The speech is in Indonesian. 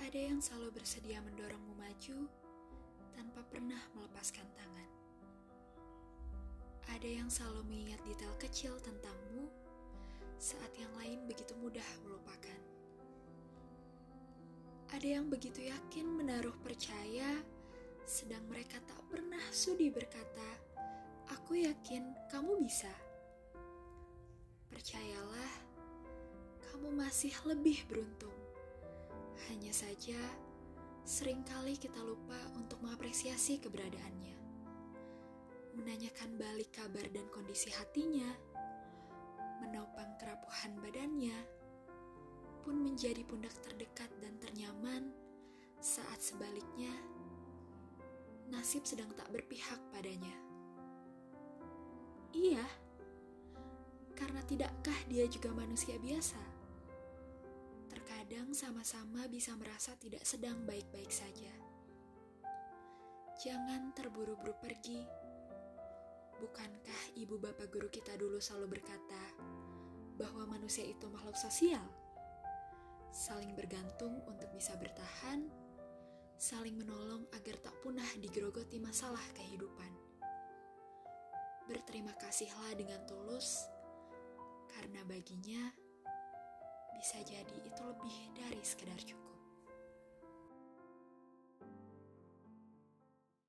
Ada yang selalu bersedia mendorongmu maju tanpa pernah melepaskan tangan. Ada yang selalu mengingat detail kecil tentangmu saat yang lain begitu mudah melupakan. Ada yang begitu yakin menaruh percaya, sedang mereka tak pernah sudi berkata, "Aku yakin kamu bisa." Percayalah, kamu masih lebih beruntung. Hanya saja, seringkali kita lupa untuk mengapresiasi keberadaannya. Menanyakan balik kabar dan kondisi hatinya, menopang kerapuhan badannya, pun menjadi pundak terdekat dan ternyaman saat sebaliknya nasib sedang tak berpihak padanya. Iya, karena tidakkah dia juga manusia biasa? Terkadang sama-sama bisa merasa tidak sedang baik-baik saja. Jangan terburu-buru pergi. Bukankah ibu bapak guru kita dulu selalu berkata bahwa manusia itu makhluk sosial? Saling bergantung untuk bisa bertahan, saling menolong agar tak punah digerogoti masalah kehidupan. Berterima kasihlah dengan tulus, karena baginya bisa jadi itu lebih dari sekedar cukup.